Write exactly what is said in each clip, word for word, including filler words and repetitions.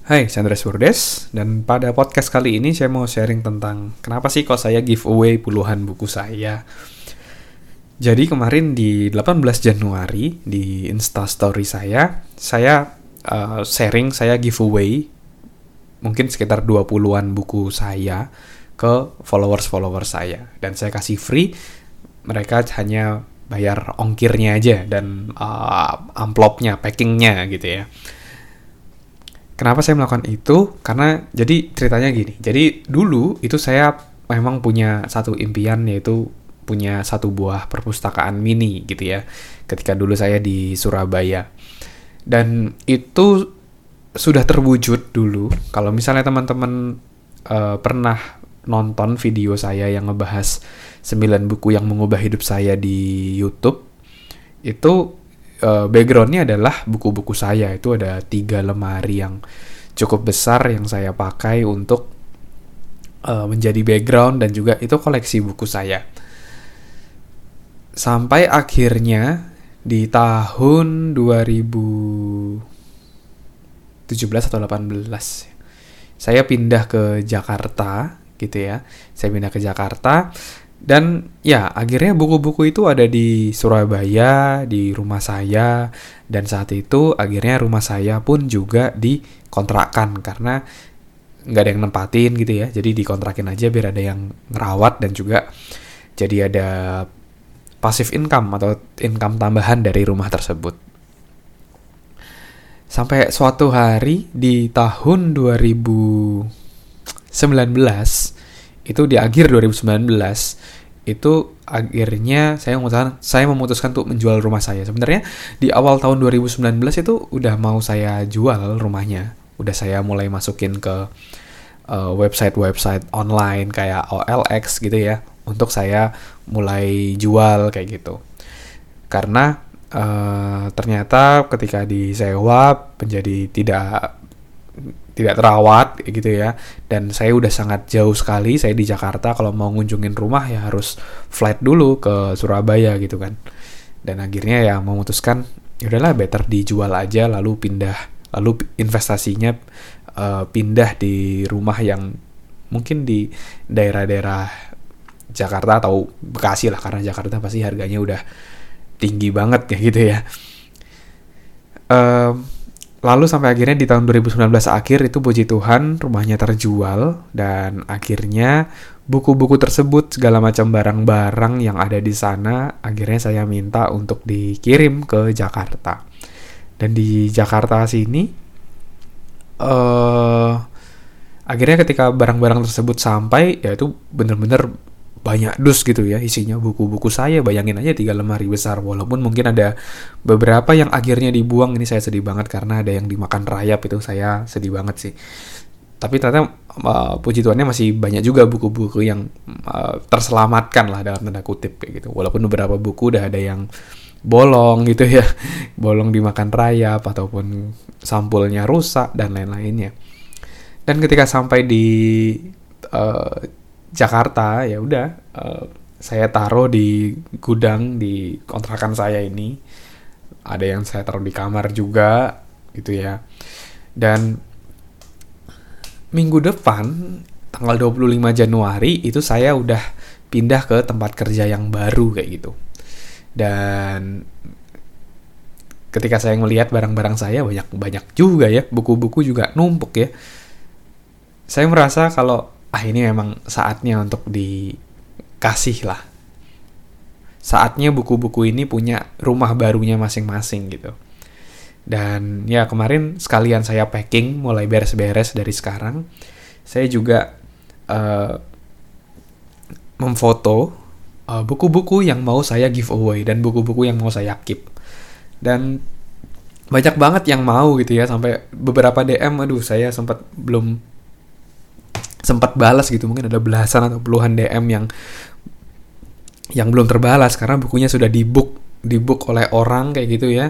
Hai, saya Andres Burdes, dan pada podcast kali ini saya mau sharing tentang kenapa sih kok saya giveaway puluhan buku saya. Jadi kemarin di delapan belas Januari di Instastory saya, saya uh, sharing, saya giveaway mungkin sekitar dua puluhan buku saya ke followers-followers saya. Dan saya kasih free, mereka hanya bayar ongkirnya aja dan uh, amplopnya, packingnya gitu ya. Kenapa saya melakukan itu? Karena jadi ceritanya gini. Jadi dulu itu saya memang punya satu impian, yaitu punya satu buah perpustakaan mini gitu ya. Ketika dulu saya di Surabaya. Dan itu sudah terwujud dulu. Kalau misalnya teman-teman uh, pernah nonton video saya yang ngebahas sembilan buku yang mengubah hidup saya di YouTube, itu Uh, backgroundnya adalah buku-buku saya. Itu ada tiga lemari yang cukup besar yang saya pakai untuk uh, menjadi background, dan juga itu koleksi buku saya. Sampai akhirnya di tahun dua ribu tujuh belas atau delapan belas saya pindah ke Jakarta gitu ya. Saya pindah ke Jakarta. Dan ya akhirnya buku-buku itu ada di Surabaya, di rumah saya. Dan saat itu akhirnya rumah saya pun juga dikontrakkan karena nggak ada yang nempatin gitu ya. Jadi dikontrakin aja biar ada yang ngerawat, dan juga jadi ada passive income atau income tambahan dari rumah tersebut. Sampai suatu hari di tahun dua ribu sembilan belas, itu di akhir dua ribu sembilan belas, itu akhirnya saya memutuskan, saya memutuskan untuk menjual rumah saya. Sebenarnya di awal tahun dua ribu sembilan belas itu udah mau saya jual rumahnya. Udah saya mulai masukin ke uh, website-website online kayak O L X gitu ya, untuk saya mulai jual kayak gitu. Karena uh, ternyata ketika disewa menjadi tidak tidak terawat gitu ya, dan saya udah sangat jauh sekali. Saya di Jakarta, kalau mau ngunjungin rumah ya harus flight dulu ke Surabaya gitu kan. Dan akhirnya ya memutuskan yaudahlah better dijual aja, lalu pindah, lalu investasinya uh, pindah di rumah yang mungkin di daerah-daerah Jakarta atau Bekasi lah, karena Jakarta pasti harganya udah tinggi banget ya gitu ya. Um, Lalu sampai akhirnya di tahun dua ribu sembilan belas akhir itu puji Tuhan rumahnya terjual, dan akhirnya buku-buku tersebut, segala macam barang-barang yang ada di sana, akhirnya saya minta untuk dikirim ke Jakarta. Dan di Jakarta sini, uh, akhirnya ketika barang-barang tersebut sampai, ya itu bener-bener banyak dus gitu ya isinya, buku-buku saya. Bayangin aja tiga lemari besar. Walaupun mungkin ada beberapa yang akhirnya dibuang, ini saya sedih banget karena ada yang dimakan rayap, itu saya sedih banget sih. Tapi ternyata uh, puji Tuhannya masih banyak juga buku-buku yang uh, terselamatkan lah dalam tanda kutip kayak gitu. Walaupun beberapa buku udah ada yang bolong gitu ya, bolong dimakan rayap ataupun sampulnya rusak dan lain-lainnya. Dan ketika sampai di uh, Jakarta, ya udah uh, saya taruh di gudang di kontrakan saya ini. Ada yang saya taruh di kamar juga gitu ya. Dan minggu depan tanggal dua puluh lima Januari itu saya udah pindah ke tempat kerja yang baru kayak gitu. Dan ketika saya melihat barang-barang saya banyak-banyak juga ya, buku-buku juga numpuk ya. Saya merasa kalau ah ini memang saatnya untuk dikasih lah. Saatnya buku-buku ini punya rumah barunya masing-masing gitu. Dan ya kemarin sekalian saya packing, mulai beres-beres dari sekarang. Saya juga uh, memfoto uh, buku-buku yang mau saya giveaway dan buku-buku yang mau saya keep. Dan banyak banget yang mau gitu ya, sampai beberapa D M, aduh saya sempat belum sempat balas gitu, mungkin ada belasan atau puluhan D M yang yang belum terbalas karena bukunya sudah di-book di-book oleh orang kayak gitu ya.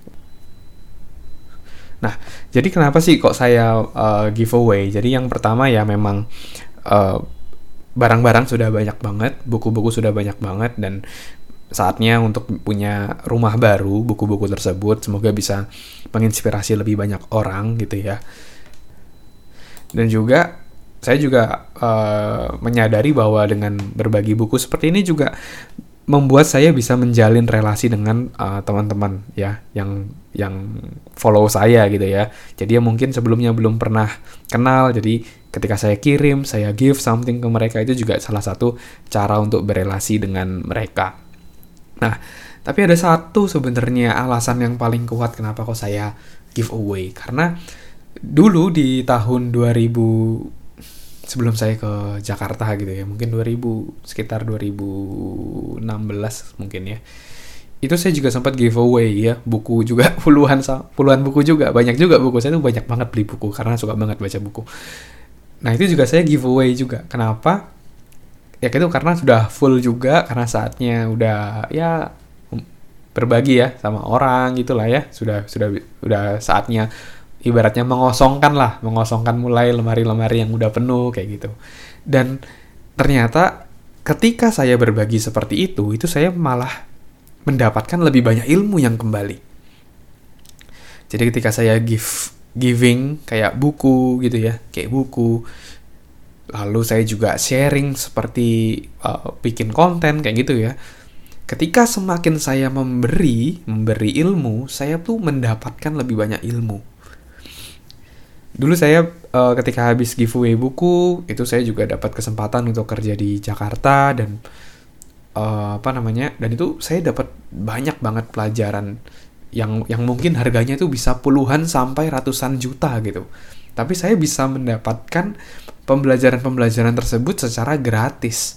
Nah, jadi kenapa sih kok saya uh, giveaway? Jadi yang pertama ya memang uh, barang-barang sudah banyak banget, buku-buku sudah banyak banget, dan saatnya untuk punya rumah baru buku-buku tersebut. Semoga bisa menginspirasi lebih banyak orang gitu ya. Dan juga saya juga uh, menyadari bahwa dengan berbagi buku seperti ini juga membuat saya bisa menjalin relasi dengan uh, teman-teman ya yang yang follow saya gitu ya. Jadi ya mungkin sebelumnya belum pernah kenal, jadi ketika saya kirim, saya give something ke mereka, itu juga salah satu cara untuk berelasi dengan mereka. Nah, tapi ada satu sebenarnya alasan yang paling kuat kenapa kok saya give away. Karena dulu di tahun dua ribu, sebelum saya ke Jakarta gitu ya, mungkin dua ribu, sekitar dua ribu enam belas mungkin ya, itu saya juga sempat giveaway ya, buku juga puluhan puluhan buku juga, banyak juga buku, saya tuh banyak banget beli buku karena suka banget baca buku. Nah itu juga saya giveaway juga. Kenapa? Ya itu karena sudah full juga, karena saatnya udah ya berbagi ya sama orang gitulah ya, sudah sudah udah saatnya ibaratnya mengosongkan lah, mengosongkan mulai lemari-lemari yang udah penuh kayak gitu. Dan ternyata ketika saya berbagi seperti itu, itu saya malah mendapatkan lebih banyak ilmu yang kembali. Jadi ketika saya give giving kayak buku gitu ya, kayak buku, lalu saya juga sharing seperti uh, bikin konten kayak gitu ya. Ketika semakin saya memberi, memberi ilmu, saya tuh mendapatkan lebih banyak ilmu. Dulu saya uh, ketika habis giveaway buku, itu saya juga dapat kesempatan untuk kerja di Jakarta dan uh, apa namanya? Dan itu saya dapat banyak banget pelajaran yang yang mungkin harganya itu bisa puluhan sampai ratusan juta gitu. Tapi saya bisa mendapatkan pembelajaran-pembelajaran tersebut secara gratis.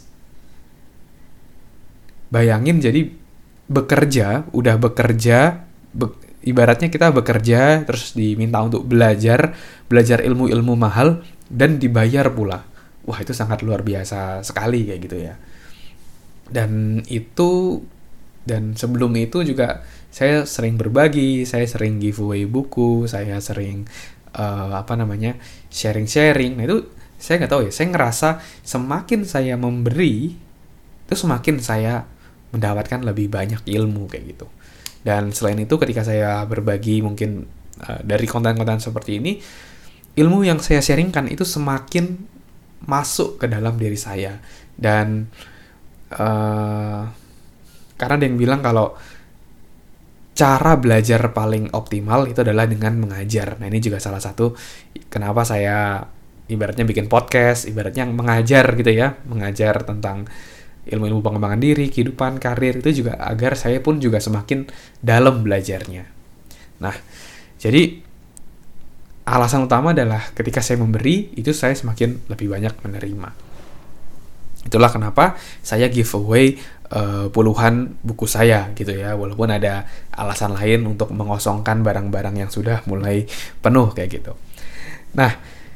Bayangin, jadi bekerja, udah bekerja, be- ibaratnya kita bekerja terus diminta untuk belajar, belajar ilmu-ilmu mahal dan dibayar pula. Wah, itu sangat luar biasa sekali kayak gitu ya. Dan itu, dan sebelum itu juga saya sering berbagi, saya sering giveaway buku, saya sering uh, apa namanya sharing-sharing. Nah itu saya nggak tahu ya, saya ngerasa semakin saya memberi, itu semakin saya mendapatkan lebih banyak ilmu kayak gitu. Dan selain itu ketika saya berbagi mungkin uh, dari konten-konten seperti ini, ilmu yang saya sharingkan itu semakin masuk ke dalam diri saya. Dan uh, karena ada yang bilang kalau cara belajar paling optimal itu adalah dengan mengajar. Nah ini juga salah satu kenapa saya ibaratnya bikin podcast, ibaratnya mengajar gitu ya, mengajar tentang ilmu-ilmu pengembangan diri, kehidupan, karir, itu juga agar saya pun juga semakin dalam belajarnya. Nah, jadi alasan utama adalah ketika saya memberi, itu saya semakin lebih banyak menerima. Itulah kenapa saya giveaway uh, puluhan buku saya gitu ya, walaupun ada alasan lain untuk mengosongkan barang-barang yang sudah mulai penuh kayak gitu. Nah,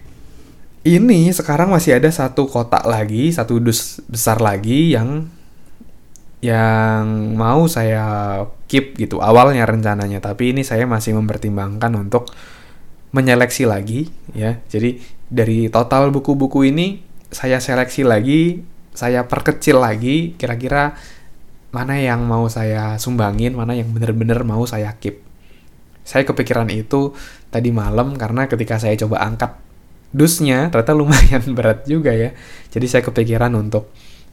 ini sekarang masih ada satu kotak lagi, satu dus besar lagi yang yang mau saya keep gitu awalnya rencananya, tapi ini saya masih mempertimbangkan untuk menyeleksi lagi ya. Jadi dari total buku-buku ini saya seleksi lagi, saya perkecil lagi kira-kira mana yang mau saya sumbangin, mana yang benar-benar mau saya keep. Saya kepikiran itu tadi malam karena ketika saya coba angkat dusnya ternyata lumayan berat juga ya. Jadi saya kepikiran untuk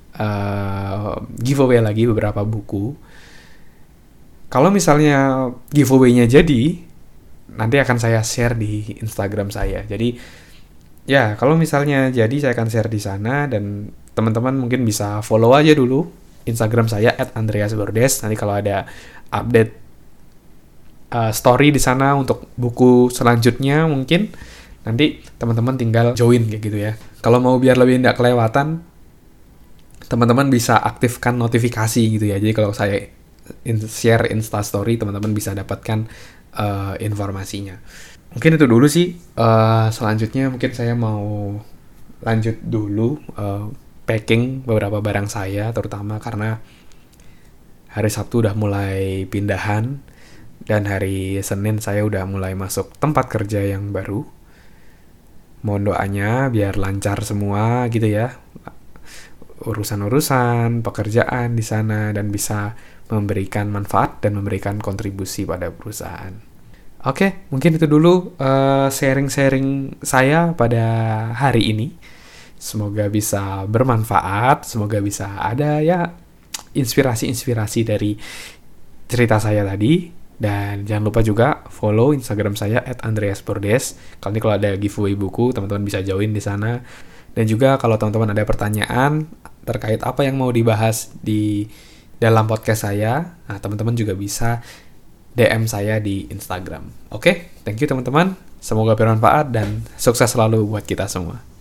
uh, giveaway lagi beberapa buku. Kalau misalnya giveaway-nya jadi, nanti akan saya share di Instagram saya. Jadi ya kalau misalnya jadi saya akan share di sana, dan teman-teman mungkin bisa follow aja dulu Instagram saya at andreas bordes. Nanti kalau ada update uh, story di sana untuk buku selanjutnya mungkin nanti teman-teman tinggal join kayak gitu ya. Kalau mau biar lebih tidak kelewatan, teman-teman bisa aktifkan notifikasi gitu ya. Jadi kalau saya in- share Instastory, teman-teman bisa dapatkan uh, informasinya. Mungkin itu dulu sih. Uh, selanjutnya mungkin saya mau lanjut dulu uh, packing beberapa barang saya, terutama karena hari Sabtu udah mulai pindahan dan hari Senin saya udah mulai masuk tempat kerja yang baru. Mohon doanya biar lancar semua gitu ya, urusan-urusan pekerjaan di sana, dan bisa memberikan manfaat dan memberikan kontribusi pada perusahaan. Oke, mungkin itu dulu eh, sharing-sharing saya pada hari ini. Semoga bisa bermanfaat, semoga bisa ada ya inspirasi-inspirasi dari cerita saya tadi. Dan jangan lupa juga follow Instagram saya at andreas bordes. Kalau ini kalau ada giveaway buku, teman-teman bisa join di sana. Dan juga kalau teman-teman ada pertanyaan terkait apa yang mau dibahas di dalam podcast saya, nah teman-teman juga bisa D M saya di Instagram. Oke, thank you teman-teman. Semoga bermanfaat dan sukses selalu buat kita semua.